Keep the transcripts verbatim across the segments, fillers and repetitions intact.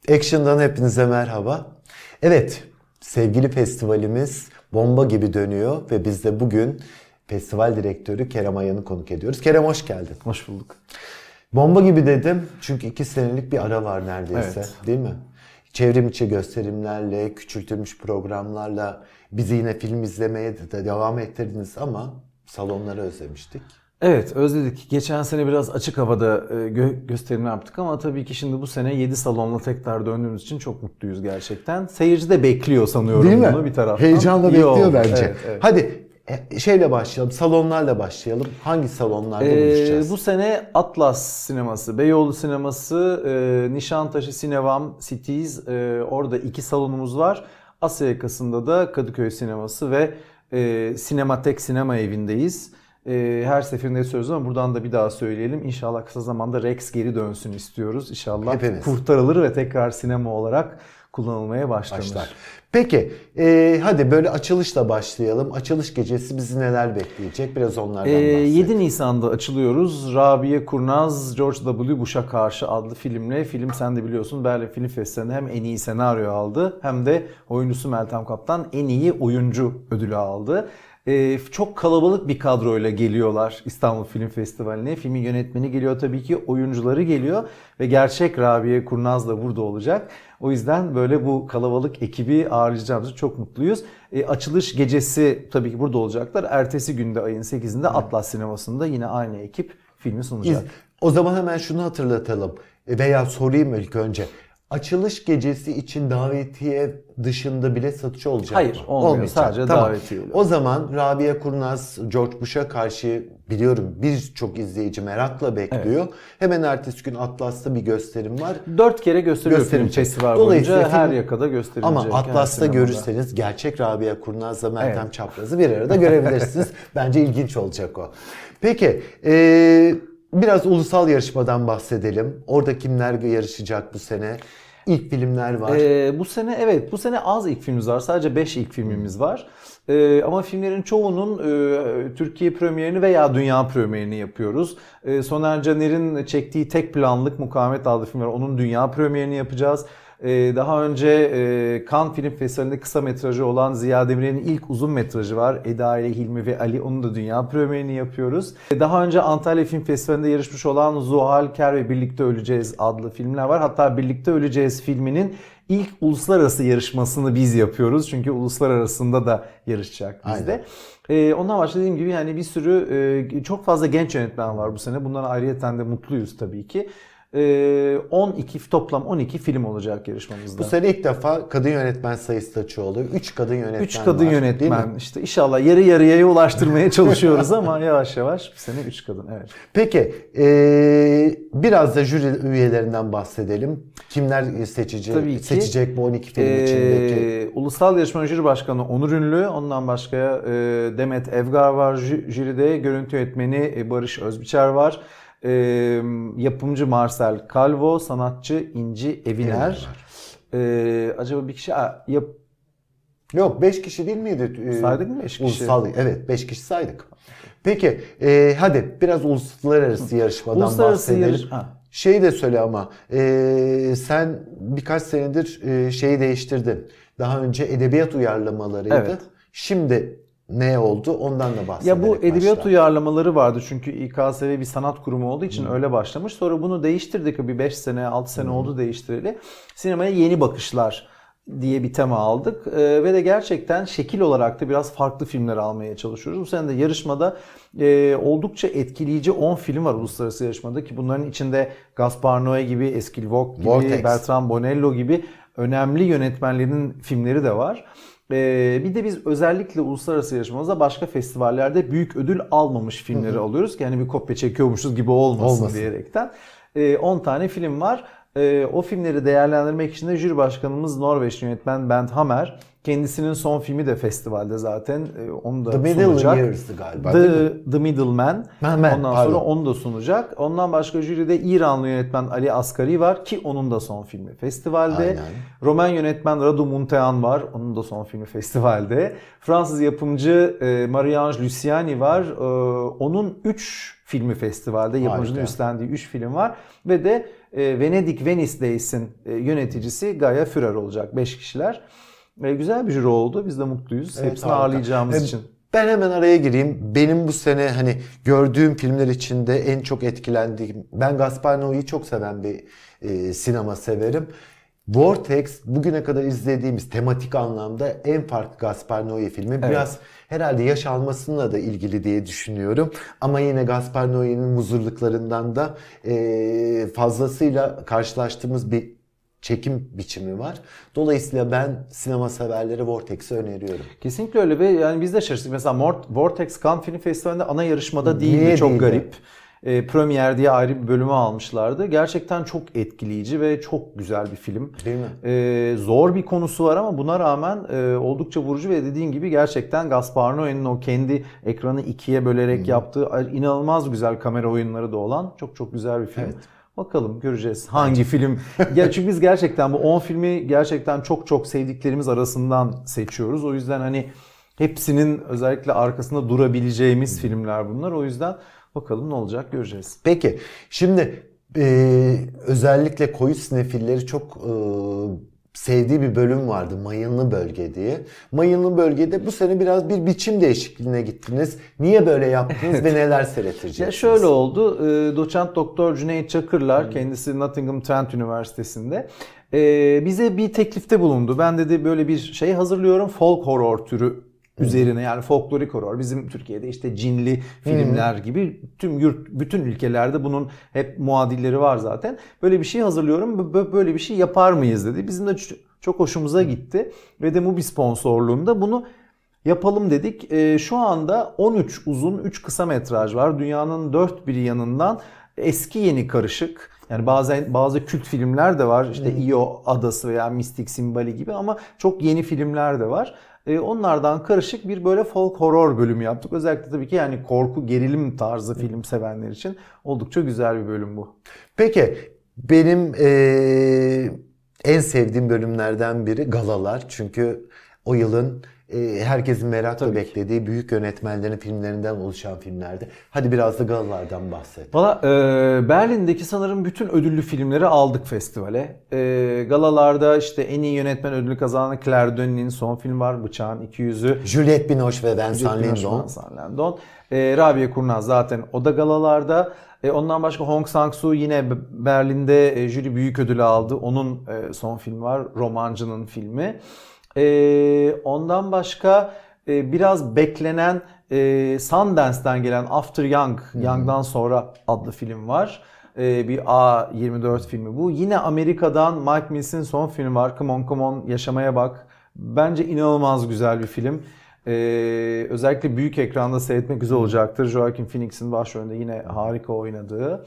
Action'dan hepinize merhaba. Evet, sevgili festivalimiz bomba gibi dönüyor ve biz de bugün festival direktörü Kerem Ayan'ı konuk ediyoruz. Kerem hoş geldin. Hoş bulduk. Bomba gibi dedim çünkü iki senelik bir ara var neredeyse, Evet. değil mi? Çevrim içi gösterimlerle, küçültülmüş programlarla bizi yine film izlemeye de devam ettirdiniz ama salonları özlemiştik. Evet, özledik. Geçen sene biraz açık havada gö- gösterim yaptık ama tabii ki şimdi bu sene yedi salonla tekrar döndüğümüz için çok mutluyuz gerçekten. Seyirci de bekliyor sanıyorum Değil mi? bunu bir taraftan. Heyecanla İyi bekliyor oldu. bence. Evet, evet. Hadi şeyle başlayalım, salonlarla başlayalım. Hangi salonlarda Ee, buluşacağız? bu sene Atlas Sineması, Beyoğlu Sineması, e, Nişantaşı Sinevam Cities, e, orada iki salonumuz var. Asya yakasında da Kadıköy Sineması ve e, Sinematek Sinema Evi'ndeyiz. E, her seferinde söylüyoruz ama buradan da bir daha söyleyelim. İnşallah kısa zamanda Rex geri dönsün istiyoruz. İnşallah Hepimiz. kurtarılır ve tekrar sinema olarak kullanılmaya başlanır. Başlar. Peki, e, hadi böyle açılışla başlayalım. Açılış gecesi bizi neler bekleyecek? Biraz onlardan Ee, bahsedelim. yedi Nisan'da açılıyoruz. Rabia Kurnaz, George W. Bush'a karşı adlı filmle. Film sen de biliyorsun Berlin Film Festivali'nde hem en iyi senaryo aldı hem de oyuncusu Meltem Kaptan en iyi oyuncu ödülü aldı. Ee, çok kalabalık bir kadroyla geliyorlar İstanbul Film Festivali'ne. Filmin yönetmeni geliyor tabii ki, oyuncuları geliyor ve gerçek Rabia Kurnaz da burada olacak. O yüzden böyle bu kalabalık ekibi ağırlayacağımızı çok mutluyuz. E, açılış gecesi tabii ki burada olacaklar. Ertesi günde ayın sekizinde Atlas Sineması'nda yine aynı ekip filmi sunacak. O zaman hemen şunu hatırlatalım veya sorayım ilk önce. Açılış gecesi için davetiye dışında bilet satışı olacak Hayır, mı? olmuyor. Olmayacak. Sadece tamam. davetiyeyle. O zaman Rabia Kurnaz, George Bush'a karşı biliyorum birçok izleyici merakla bekliyor. Evet. Hemen ertesi gün Atlas'ta bir gösterim var. Dört kere gösteriyor film festival boyunca. Her film, yakada gösterilecek. Ama Atlas'ta görürseniz gerçek Rabia Kurnaz'la Meltem evet. Çapraz'ı bir arada görebilirsiniz. Bence ilginç olacak o. Peki, eee... biraz ulusal yarışmadan bahsedelim. Orada kimler yarışacak bu sene? İlk filmler var. Ee, bu sene evet, bu sene az ilk filmimiz var. Sadece beş ilk filmimiz var. Ee, ama filmlerin çoğunun e, Türkiye premierini veya dünya premierini yapıyoruz. E, Soner Caner'in çektiği Tek Planlık Mukavemet adlı film var. Onun dünya premierini yapacağız. Daha önce Cannes Film Festivali'nde kısa metrajı olan Ziya Demirel'in ilk uzun metrajı var. Eda ile Hilmi ve Ali, onun da dünya premierini yapıyoruz. Daha önce Antalya Film Festivali'nde yarışmış olan Zuhal Ker ve Birlikte Öleceğiz adlı filmler var. Hatta Birlikte Öleceğiz filminin ilk uluslararası yarışmasını biz yapıyoruz. Çünkü uluslararasında da yarışacak bizde. Aynen. Ondan başka dediğim gibi yani bir sürü çok fazla genç yönetmen var bu sene. Bundan ayrıyeten de mutluyuz tabii ki. on iki toplam on iki film olacak yarışmamızda. Bu sene ilk defa kadın yönetmen sayısı da çoğalıyor. üç kadın yönetmen var. üç kadın var, yönetmen işte inşallah yarı yarıyaya ulaştırmaya çalışıyoruz ama yavaş yavaş bu sene üç kadın, evet. Peki ee, biraz da jüri üyelerinden bahsedelim. Kimler seçecek, Tabii ki, seçecek bu on iki film ee, içindeki? Ulusal Yarışma Jüri Başkanı Onur Ünlü, ondan başka e, Demet Evgar var jüride, görüntü yönetmeni Barış Özbiçer var. Ee, yapımcı Marcel Calvo, sanatçı İnci Eviner. Ee, acaba bir kişi... Aa, yap... Yok, beş kişi değil miydi? Ee, saydık mı beş kişi? Ulusal, evet, beş kişi saydık. Peki, e, hadi biraz uluslararası yarışmadan uluslararası bahsedelim. Yarış... Şeyi de söyle ama, e, sen birkaç senedir e, şeyi değiştirdin. Daha önce edebiyat uyarlamalarıydı. Evet. Şimdi... ne oldu? Ondan da bahsedelim. Ya bu edebiyat başla. uyarlamaları vardı çünkü İ K S V bir sanat kurumu olduğu için hmm. öyle başlamış. Sonra bunu değiştirdik. Bir beş sene, altı sene hmm. oldu değiştireli. Sinemaya yeni bakışlar diye bir tema aldık. Ee, ve de gerçekten şekil olarak da biraz farklı filmler almaya çalışıyoruz. Bu sene de yarışmada e, oldukça etkileyici on film var uluslararası yarışmada ki bunların içinde Gaspar Noé gibi, Eskil Vogt gibi, Vortex. Bertrand Bonello gibi önemli yönetmenlerin filmleri de var. Bir de biz özellikle uluslararası yarışmamızda başka festivallerde büyük ödül almamış filmleri hı hı. alıyoruz ki hani bir kopya çekiyormuşuz gibi olmasın, olmasın. diyerekten. on tane film var. O filmleri değerlendirmek için de jüri başkanımız Norveçli yönetmen Bent Hammer. Kendisinin son filmi de festivalde zaten. Onu da The sunacak. The Middle Years'dı galiba. The, The Middleman. Man, man, Ondan pardon. sonra onu da sunacak. Ondan başka jüride İranlı yönetmen Ali Asgari var ki onun da son filmi festivalde. Aynen. Roman yönetmen Radu Muntean var. Onun da son filmi festivalde. Fransız yapımcı Marie-Ange Luciani var. Onun üç filmi festivalde. Yapımcının üstlendiği üç film var. Ve de e, Venedik Venice Days'in e, yöneticisi Gaia Führer olacak. beş kişiler. E, güzel bir jüri oldu. Biz de mutluyuz. Evet, hepsini harika. Ağırlayacağımız evet. için. Ben hemen araya gireyim. Benim bu sene hani gördüğüm filmler içinde en çok etkilendiğim, ben Gaspar Noé'yi çok seven bir e, sinema severim. Vortex bugüne kadar izlediğimiz tematik anlamda en farklı Gaspar Noé filmi. Evet. Biraz herhalde yaş almasıyla da ilgili diye düşünüyorum. Ama yine Gaspar Noé'nin muzurluklarından da e, fazlasıyla karşılaştığımız bir çekim biçimi var. Dolayısıyla ben sinema severlere Vortex'i öneriyorum. Kesinlikle öyle ve yani biz de şaşırdık. Mesela Vortex Cannes Film Festivali'nde ana yarışmada değildi. Niye çok değildi? Garip. E, Premier diye ayrı bir bölümü almışlardı. Gerçekten çok etkileyici ve çok güzel bir film. Değil mi? E, zor bir konusu var ama buna rağmen e, oldukça vurucu ve dediğin gibi gerçekten Gaspar Noé'nin o kendi ekranı ikiye bölerek hmm. yaptığı inanılmaz güzel kamera oyunları da olan çok çok güzel bir film. Evet. Bakalım göreceğiz hangi film. Ya çünkü biz gerçekten bu on filmi gerçekten çok çok sevdiklerimiz arasından seçiyoruz. O yüzden hani hepsinin özellikle arkasında durabileceğimiz filmler bunlar. O yüzden bakalım ne olacak göreceğiz. Peki şimdi e, özellikle koyu sinefilleri çok e, sevdiği bir bölüm vardı. Mayınlı Bölge diye. Mayınlı Bölge'de bu sene biraz bir biçim değişikliğine gittiniz. Niye böyle yaptınız evet. ve neler seyrettireceksiniz? Ya şöyle oldu. Doçent Doktor Cüneyt Çakırlar, hmm. kendisi Nottingham Trent Üniversitesi'nde bize bir teklifte bulundu. Ben dedi böyle bir şey hazırlıyorum. Folk horror türü üzerine yani folklorik horror. Bizim Türkiye'de işte cinli filmler hmm. gibi tüm yurt, bütün ülkelerde bunun hep muadilleri var zaten. Böyle bir şey hazırlıyorum. Böyle bir şey yapar mıyız dedi. Bizim de çok hoşumuza gitti. Ve de Mubi sponsorluğunda bunu yapalım dedik. E, şu anda on üç uzun, üç kısa metraj var. Dünyanın dört bir yanından eski yeni karışık. Yani bazen bazı kült filmler de var. İşte hmm. Io Adası veya Mistik Simbali gibi ama çok yeni filmler de var. Onlardan karışık bir böyle folk horror bölümü yaptık. Özellikle tabii ki yani korku gerilim tarzı film sevenler için oldukça güzel bir bölüm bu. Peki benim ee, en sevdiğim bölümlerden biri Galalar. Çünkü o yılın e, herkesin merakla tabii beklediği ki. Büyük yönetmenlerin filmlerinden oluşan filmlerdi. Hadi biraz da Galalardan bahset. Valla e, Berlin'deki sanırım bütün ödüllü filmleri aldık festivale. E, Galalarda işte en iyi yönetmen ödülü kazanan Claire Denis'in son film var. Bıçağın İki Yüzü. Juliette Binoche ve Vincent Lindon. Vincent Lindon. E, Rabia Kurnaz zaten o da Galalarda. E, ondan başka Hong Sang-soo yine Berlin'de e, jüri büyük ödülü aldı. Onun e, son filmi var. Romancının filmi. Ee, ondan başka e, biraz beklenen e, Sundance'den gelen After Young, hmm. Young'dan sonra adlı film var. E, bir A yirmi dört filmi bu. Yine Amerika'dan Mike Mills'in son filmi var. Come On Come On Yaşamaya Bak. Bence inanılmaz güzel bir film. Ee, özellikle büyük ekranda seyretmek güzel olacaktır. Joaquin Phoenix'in başrolünde yine harika oynadığı.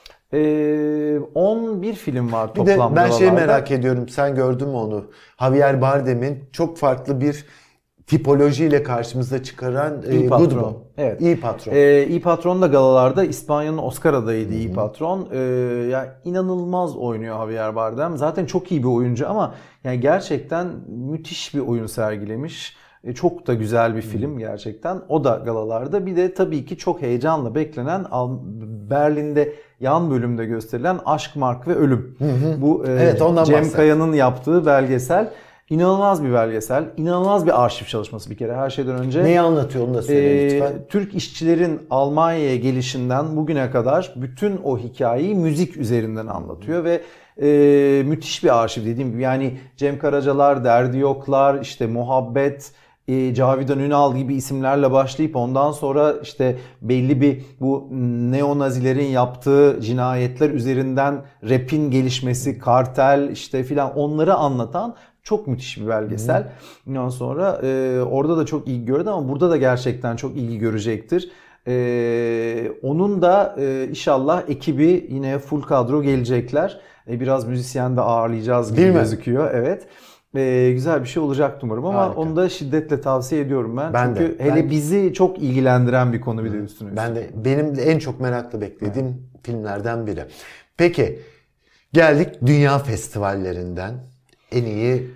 Ee, on bir film var toplamda. Bir de ben şeyi merak ediyorum. Sen gördün mü onu? Javier Bardem'in çok farklı bir tipolojiyle karşımıza çıkaran İyi Patron. Evet. İyi Patron. Ee, İyi Patron da galalarda İspanya'nın Oscar adayıydı İyi Patron. Ee, yani inanılmaz oynuyor Javier Bardem. Zaten çok iyi bir oyuncu ama yani gerçekten müthiş bir oyun sergilemiş. Ee, çok da güzel bir film gerçekten. O da galalarda. Bir de tabii ki çok heyecanla beklenen Berlin'de yan bölümde gösterilen Aşk, Mark ve Ölüm. Hı hı. Bu e, evet, Cem bahset. Kaya'nın yaptığı belgesel. İnanılmaz bir belgesel. İnanılmaz bir arşiv çalışması bir kere her şeyden önce. Neyi anlatıyor onu da söyle e, lütfen. Türk işçilerin Almanya'ya gelişinden bugüne kadar bütün o hikayeyi müzik üzerinden anlatıyor ve e, müthiş bir arşiv dediğim gibi. Yani Cem Karacalar, Derdi Yoklar, işte Muhabbet, Cavidan Ünal gibi isimlerle başlayıp ondan sonra işte belli bir bu neonazilerin yaptığı cinayetler üzerinden rap'in gelişmesi, kartel işte filan onları anlatan çok müthiş bir belgesel. Hmm. Ondan sonra e, orada da çok ilgi gördü ama burada da gerçekten çok ilgi görecektir. E, onun da e, inşallah ekibi yine full kadro gelecekler. E, biraz müzisyen de ağırlayacağız gibi gözüküyor. Evet. Ee, güzel bir şey olacak umarım ama harika. Onu da şiddetle tavsiye ediyorum ben. ben Çünkü de. hele ben... bizi çok ilgilendiren bir konu bir de üstüne. Ben de benim de en çok merakla beklediğim evet. filmlerden biri. Peki geldik dünya festivallerinden en iyi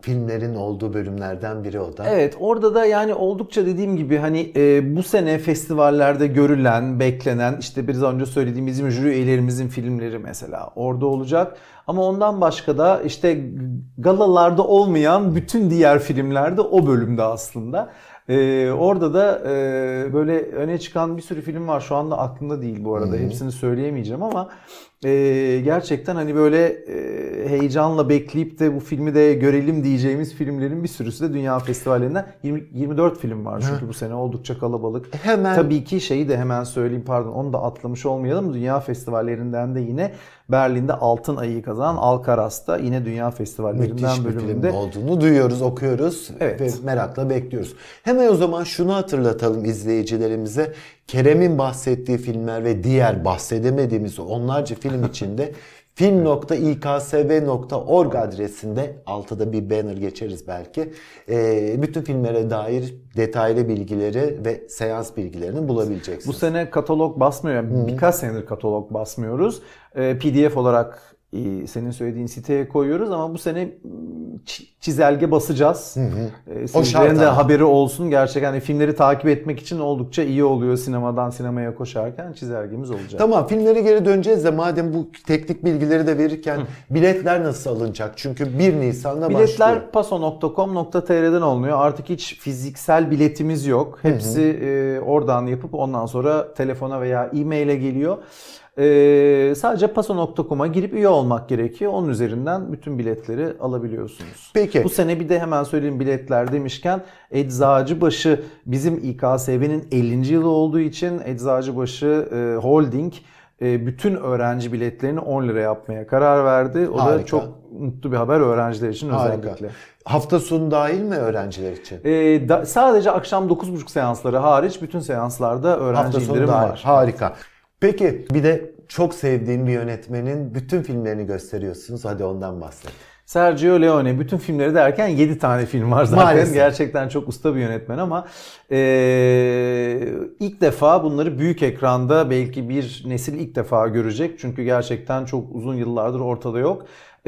filmlerin olduğu bölümlerden biri o da. Evet, orada da yani oldukça dediğim gibi hani e, bu sene festivallerde görülen, beklenen işte biraz önce söylediğim bizim jüri üyelerimizin filmleri mesela orada olacak. Ama ondan başka da işte galalarda olmayan bütün diğer filmler de o bölümde aslında. Ee, orada da e, böyle öne çıkan bir sürü film var. Şu anda aklımda değil bu arada. Hı-hı. Hepsini söyleyemeyeceğim ama e, gerçekten hani böyle e, heyecanla bekleyip de bu filmi de görelim diyeceğimiz filmlerin bir sürüsü de dünya festivallerinden. yirmi, yirmi dört film var çünkü Hı. bu sene oldukça kalabalık. Hemen. Tabii ki şeyi de hemen söyleyeyim, pardon onu da atlamış olmayalım. Dünya festivallerinden de yine Berlin'de Altın Ayı'yı kazanan Alcaraz'da yine dünya festivallerinden Müthiş bölümünde. Bir film olduğunu duyuyoruz, okuyoruz evet. ve merakla bekliyoruz. Hemen o zaman şunu hatırlatalım izleyicilerimize. Kerem'in bahsettiği filmler ve diğer bahsedemediğimiz onlarca film içinde film nokta i k s v nokta org adresinde altıda bir banner geçeriz belki. E, bütün filmlere dair detaylı bilgileri ve seans bilgilerini bulabileceksiniz. Bu sene katalog basmıyor. Yani Hı-hı. birkaç senedir katalog basmıyoruz. E, P D F olarak e, senin söylediğin siteye koyuyoruz ama bu sene çizelge basacağız. E, sizlerin de haberi olsun. Gerçekten yani filmleri takip etmek için oldukça iyi oluyor sinemadan sinemaya koşarken çizelgemiz olacak. Tamam, filmlere geri döneceğiz de madem bu teknik bilgileri de verirken Hı. biletler nasıl alınacak? Çünkü bir Nisan'da biletler başlıyor. Biletler paso nokta com nokta t r'den alınıyor. Artık hiç fiziksel biletimiz yok. Hepsi e, oradan yapıp ondan sonra telefona veya e-mail'e geliyor. Ee, sadece paso nokta com'a girip üye olmak gerekiyor. Onun üzerinden bütün biletleri alabiliyorsunuz. Peki. Bu sene bir de hemen söyleyeyim biletler demişken Eczacıbaşı bizim İ K S V'nin ellinci yılı olduğu için Eczacıbaşı e, Holding e, bütün öğrenci biletlerini on lira yapmaya karar verdi. O Harika. Da çok mutlu bir haber öğrenciler için Harika. Özellikle. Hafta sonu dahil mi öğrenciler için? Ee, da, sadece akşam dokuz buçuk seansları hariç bütün seanslarda öğrenci indirim var. Harika. Peki bir de çok sevdiğim bir yönetmenin bütün filmlerini gösteriyorsunuz. Hadi ondan bahset. Sergio Leone bütün filmleri derken yedi tane film var zaten. Maalesef. Gerçekten çok usta bir yönetmen ama e, ilk defa bunları büyük ekranda belki bir nesil ilk defa görecek. Çünkü gerçekten çok uzun yıllardır ortada yok.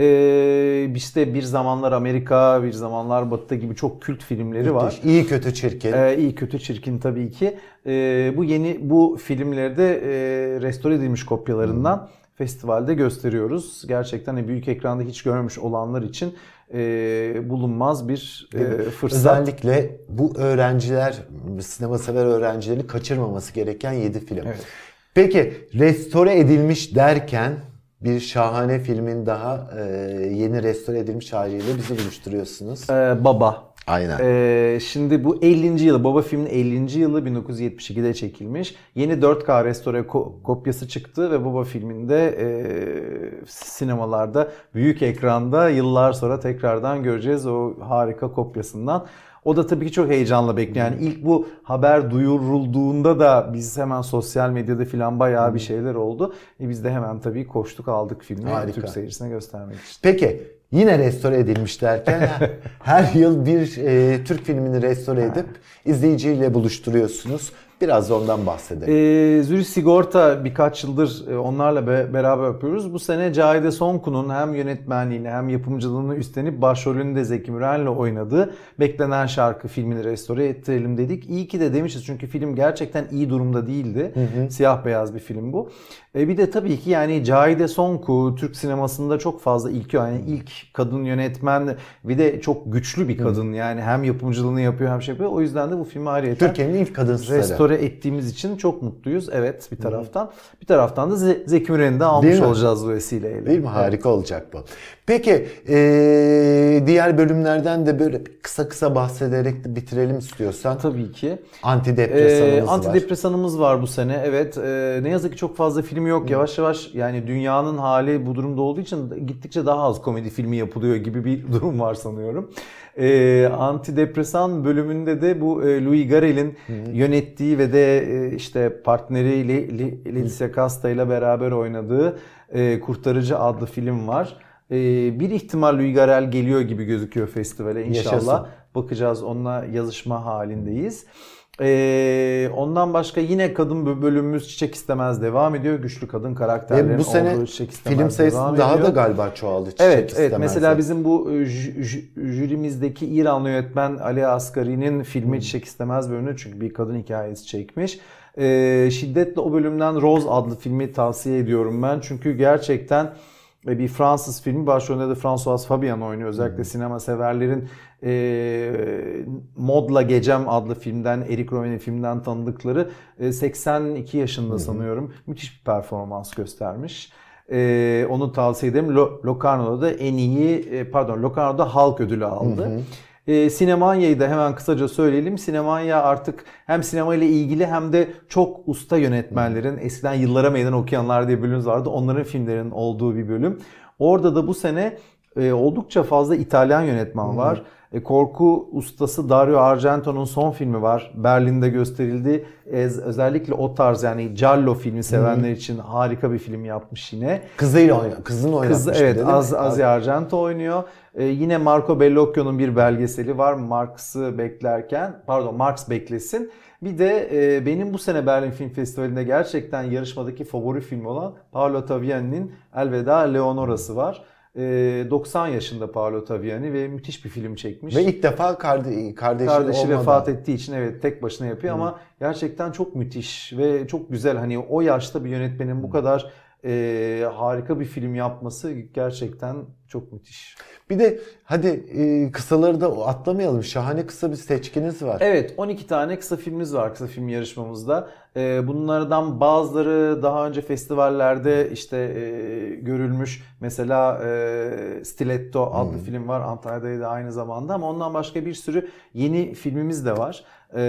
Ee, işte Bir Zamanlar Amerika, Bir Zamanlar Batı'da gibi çok kült filmleri Müthiş. var. İyi Kötü Çirkin. Ee, İyi Kötü Çirkin tabii ki. Ee, bu yeni bu filmleri de e, restore edilmiş kopyalarından hmm. festivalde gösteriyoruz. Gerçekten büyük ekranda hiç görmemiş olanlar için e, bulunmaz bir e, fırsat. Özellikle bu öğrenciler, sinema sever öğrencilerin kaçırmaması gereken yedi film. Evet. Peki restore edilmiş derken bir şahane filmin daha e, yeni restore edilmiş haliyle bizi buluşturuyorsunuz. Ee, Baba. Aynen. Ee, şimdi bu ellinci yılı, Baba filmin ellinci yılı bin dokuz yüz yetmiş ikide çekilmiş. Yeni dört K restore ko- kopyası çıktı ve Baba filminde e, sinemalarda büyük ekranda yıllar sonra tekrardan göreceğiz o harika kopyasından. O da tabii ki çok heyecanla bekliyor. Yani ilk bu haber duyurulduğunda da biz hemen sosyal medyada falan bayağı bir şeyler oldu. E biz de hemen tabii koştuk aldık filmi Harika. Türk seyircisine göstermek için. Peki yine restore edilmiş derken her yıl bir e, Türk filmini restore edip izleyiciyle buluşturuyorsunuz. Biraz da ondan bahsedelim. Ee, Zürich Sigorta birkaç yıldır onlarla be, beraber yapıyoruz. Bu sene Cahide Sonku'nun hem yönetmenliğini hem yapımcılığını üstlenip başrolünü de Zeki Müren'le oynadığı Beklenen Şarkı filmini restore ettirelim dedik. İyi ki de demişiz çünkü film gerçekten iyi durumda değildi. Hı hı. Siyah beyaz bir film bu. Ee, bir de tabii ki yani Cahide Sonku Türk sinemasında çok fazla ilk yani ilk kadın yönetmen bir de çok güçlü bir kadın. Hı. Yani hem yapımcılığını yapıyor hem şey yapıyor. O yüzden de bu filmi ayrıyeten Türkiye'nin ilk kadın restore ettiğimiz için çok mutluyuz. Evet bir taraftan. Bir taraftan da Ze- Zeki Müren'i de almış olacağız bu vesileyle. Değil mi? Harika evet. olacak bu. Peki ee, diğer bölümlerden de böyle kısa kısa bahsederek de bitirelim istiyorsan. Tabii ki. Antidepresanımız ee, var. Antidepresanımız var bu sene. Evet. Ee, ne yazık ki çok fazla film yok. Yavaş yavaş yani dünyanın hali bu durumda olduğu için gittikçe daha az komedi filmi yapılıyor gibi bir durum var sanıyorum. Ee, antidepresan bölümünde de bu e, Louis Garrel'in Hı-hı. yönettiği ve de e, işte partneri Le, Le, Leticia Casta ile beraber oynadığı e, Kurtarıcı adlı film var. E, bir ihtimal Louis Garrel geliyor gibi gözüküyor festivale inşallah. Yaşasın. Bakacağız, onunla yazışma halindeyiz. Ee, ondan başka yine kadın bölümümüz Çiçek İstemez devam ediyor. Güçlü kadın karakterlerin Ve bu sene olduğu Çiçek İstemez film sayısı devam daha ediyor. da galiba çoğaldı Çiçek Evet, İstemez'de. evet. Mesela bizim bu jürimizdeki İranlı yönetmen Ali Asgari'nin filmi hmm. Çiçek İstemez bölümünü, çünkü bir kadın hikayesi çekmiş. Ee, şiddetle o bölümden Rose adlı filmi tavsiye ediyorum ben. Çünkü gerçekten bir Fransız filmi, başrolünde de François Fabian oynuyor. Özellikle hmm. sinema severlerin e, Modla Gecem adlı filmden, Eric Romer'in filmden tanıdıkları, e, seksen iki yaşında hmm. sanıyorum. Müthiş bir performans göstermiş. Ee, onu tavsiye ederim. Locarno'da da en iyi, pardon Locarno'da Halk ödülü aldı. Hı hı. Ee, Sinemanya'yı da hemen kısaca söyleyelim. Sinemanya artık hem sinema ile ilgili hem de çok usta yönetmenlerin, eskiden Yıllara Meydan Okuyanlar diye bir bölümümüz vardı. Onların filmlerinin olduğu bir bölüm. Orada da bu sene e, oldukça fazla İtalyan yönetmen hı. var. E, korku ustası Dario Argento'nun son filmi var. Berlin'de gösterildi. E, özellikle o tarz, yani Giallo filmi sevenler hmm. için harika bir film yapmış yine. Kızıyla oynuyor. Kızın oynatmış. Kız, evet, Az, Asia Argento oynuyor. E, yine Marco Bellocchio'nun bir belgeseli var. Marx'ı beklerken, pardon Marx beklesin. Bir de e, benim bu sene Berlin Film Festivali'nde gerçekten yarışmadaki favori film olan Paolo Taviani'nin Elveda Leonora'sı var. doksan yaşında Paolo Taviani ve müthiş bir film çekmiş. Ve ilk defa kardeşi, kardeşi, kardeşi olmadan. vefat ettiği için evet tek başına yapıyor hmm. ama gerçekten çok müthiş ve çok güzel. Hani o yaşta bir yönetmenin bu kadar e, harika bir film yapması gerçekten çok müthiş. Bir de hadi e, kısaları da atlamayalım. Şahane kısa bir seçkiniz var. Evet, on iki tane kısa filmimiz var kısa film yarışmamızda. E, bunlardan bazıları daha önce festivallerde işte e, görülmüş. Mesela e, Stiletto adlı hmm. film var. Antalya'da aynı zamanda, ama ondan başka bir sürü yeni filmimiz de var.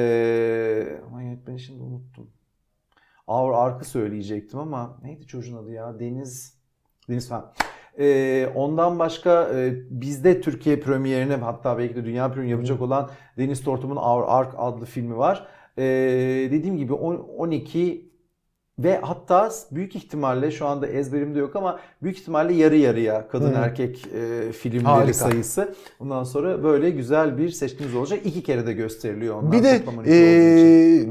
E, ama yönetmeni şimdi unuttum. Our Ark'ı söyleyecektim ama neydi çocuğun adı ya? Deniz Deniz falan. Ee, ondan başka e, bizde Türkiye premierini, hatta belki de dünya premierini yapacak olan Deniz Tortum'un Our Ark adlı filmi var. Ee, dediğim gibi on iki ve hatta büyük ihtimalle, şu anda ezberimde yok ama büyük ihtimalle yarı yarıya kadın hmm. erkek e, filmleri harika. Sayısı. Ondan sonra böyle güzel bir seçkiniz olacak. İki kere de gösteriliyor onlar. Bir de ee,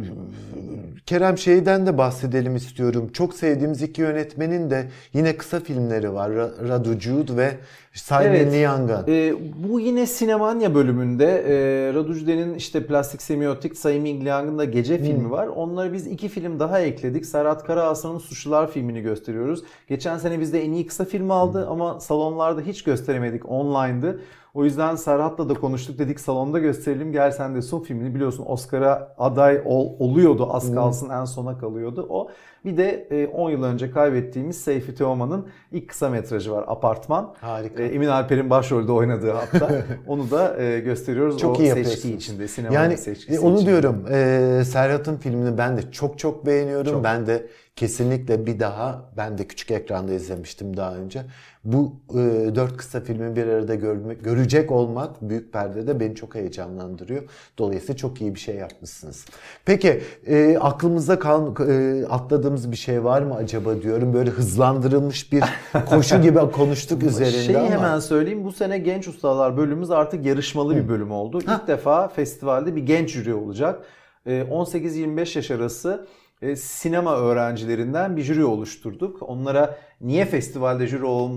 Kerem şeyden de bahsedelim istiyorum. Çok sevdiğimiz iki yönetmenin de yine kısa filmleri var. Radu Jude ve Simon evet. Liangan. E, bu yine Sinemanya bölümünde e, Radu Jude'nin işte Plastik Semiotik, Simon Liangan'ın da Gece hmm. filmi var. Onları biz iki film daha ekledik. Serhat Karahasan'ın Suçlular filmini gösteriyoruz. Geçen sene bizde en iyi kısa film aldı hmm. ama salonlarda hiç gösteremedik. Online'dı. O yüzden Serhat'la da konuştuk, dedik salonda gösterelim, gel sen de sun filmini, biliyorsun Oscar'a aday ol, oluyordu, az kalsın en sona kalıyordu o. Bir de on yıl önce kaybettiğimiz Seyfi Teoman'ın ilk kısa metrajı var, Apartman. Harika. Emin Alper'in başrolde oynadığı hatta. Onu da gösteriyoruz. Çok o iyi seçki içinde, sinema yani, seçkisi onu içinde. diyorum, e, Serhat'ın filmini ben de çok çok beğeniyorum. Çok. Ben de kesinlikle bir daha, ben de küçük ekranda izlemiştim daha önce. Bu e, dört kısa filmi bir arada görme, görecek olmak büyük perdede beni çok heyecanlandırıyor. Dolayısıyla çok iyi bir şey yapmışsınız. Peki e, aklımızda kal, e, atladığımız bir şey var mı acaba diyorum. Böyle hızlandırılmış bir koşu gibi konuştuk üzerinde Şeyi ama. hemen söyleyeyim. Bu sene Genç Ustalar bölümümüz artık yarışmalı Hı. bir bölüm oldu. İlk ha. defa festivalde bir genç jüri olacak. E, on sekiz yirmi beş yaş arası E, sinema öğrencilerinden bir jüri oluşturduk. Onlara niye festivalde jüri ol,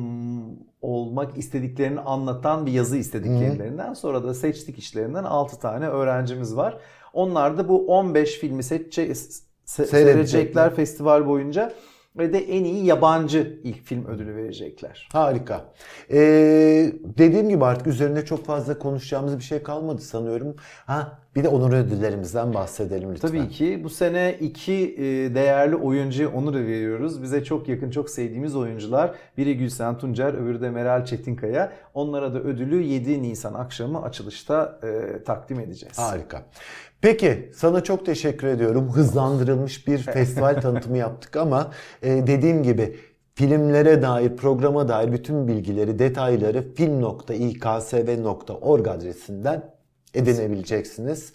olmak istediklerini anlatan bir yazı istedik hmm. kendilerinden. Sonra da seçtik içlerinden altı tane öğrencimiz var. Onlar da bu on beş filmi seçecek, se, seyredecekler festival boyunca. Ve de en iyi yabancı ilk film ödülü verecekler. Harika. Ee, dediğim gibi artık üzerinde çok fazla konuşacağımız bir şey kalmadı sanıyorum. Ha, bir de onur ödüllerimizden bahsedelim lütfen. Tabii ki. Bu sene iki değerli oyuncuya onur veriyoruz. Bize çok yakın, çok sevdiğimiz oyuncular. Biri Gülsen Tuncer, öbürü de Meral Çetinkaya. Onlara da ödülü yedi Nisan akşamı açılışta e, takdim edeceğiz. Harika. Peki, sana çok teşekkür ediyorum. Hızlandırılmış bir festival tanıtımı yaptık ama e, dediğim gibi filmlere dair, programa dair bütün bilgileri, detayları film nokta i k s v nokta org adresinden edinebileceksiniz.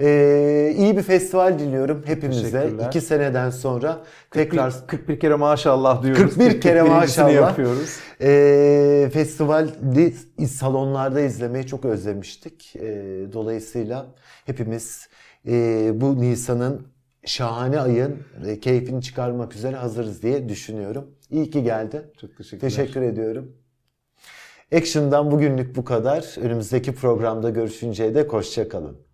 Ee, iyi bir festival diliyorum hepimize. İki seneden sonra tekrar kırk bir kere maşallah diyoruz. kırk bir kere maşallah yapıyoruz. Ee, festivali salonlarda izlemeyi çok özlemiştik. Ee, dolayısıyla hepimiz e, bu Nisan'ın şahane ayın e, keyfini çıkarmak üzere hazırız diye düşünüyorum. İyi ki geldi. Çok teşekkürler. Teşekkür ediyorum. Action'dan bugünlük bu kadar. Önümüzdeki programda görüşünceye dek hoşça kalın.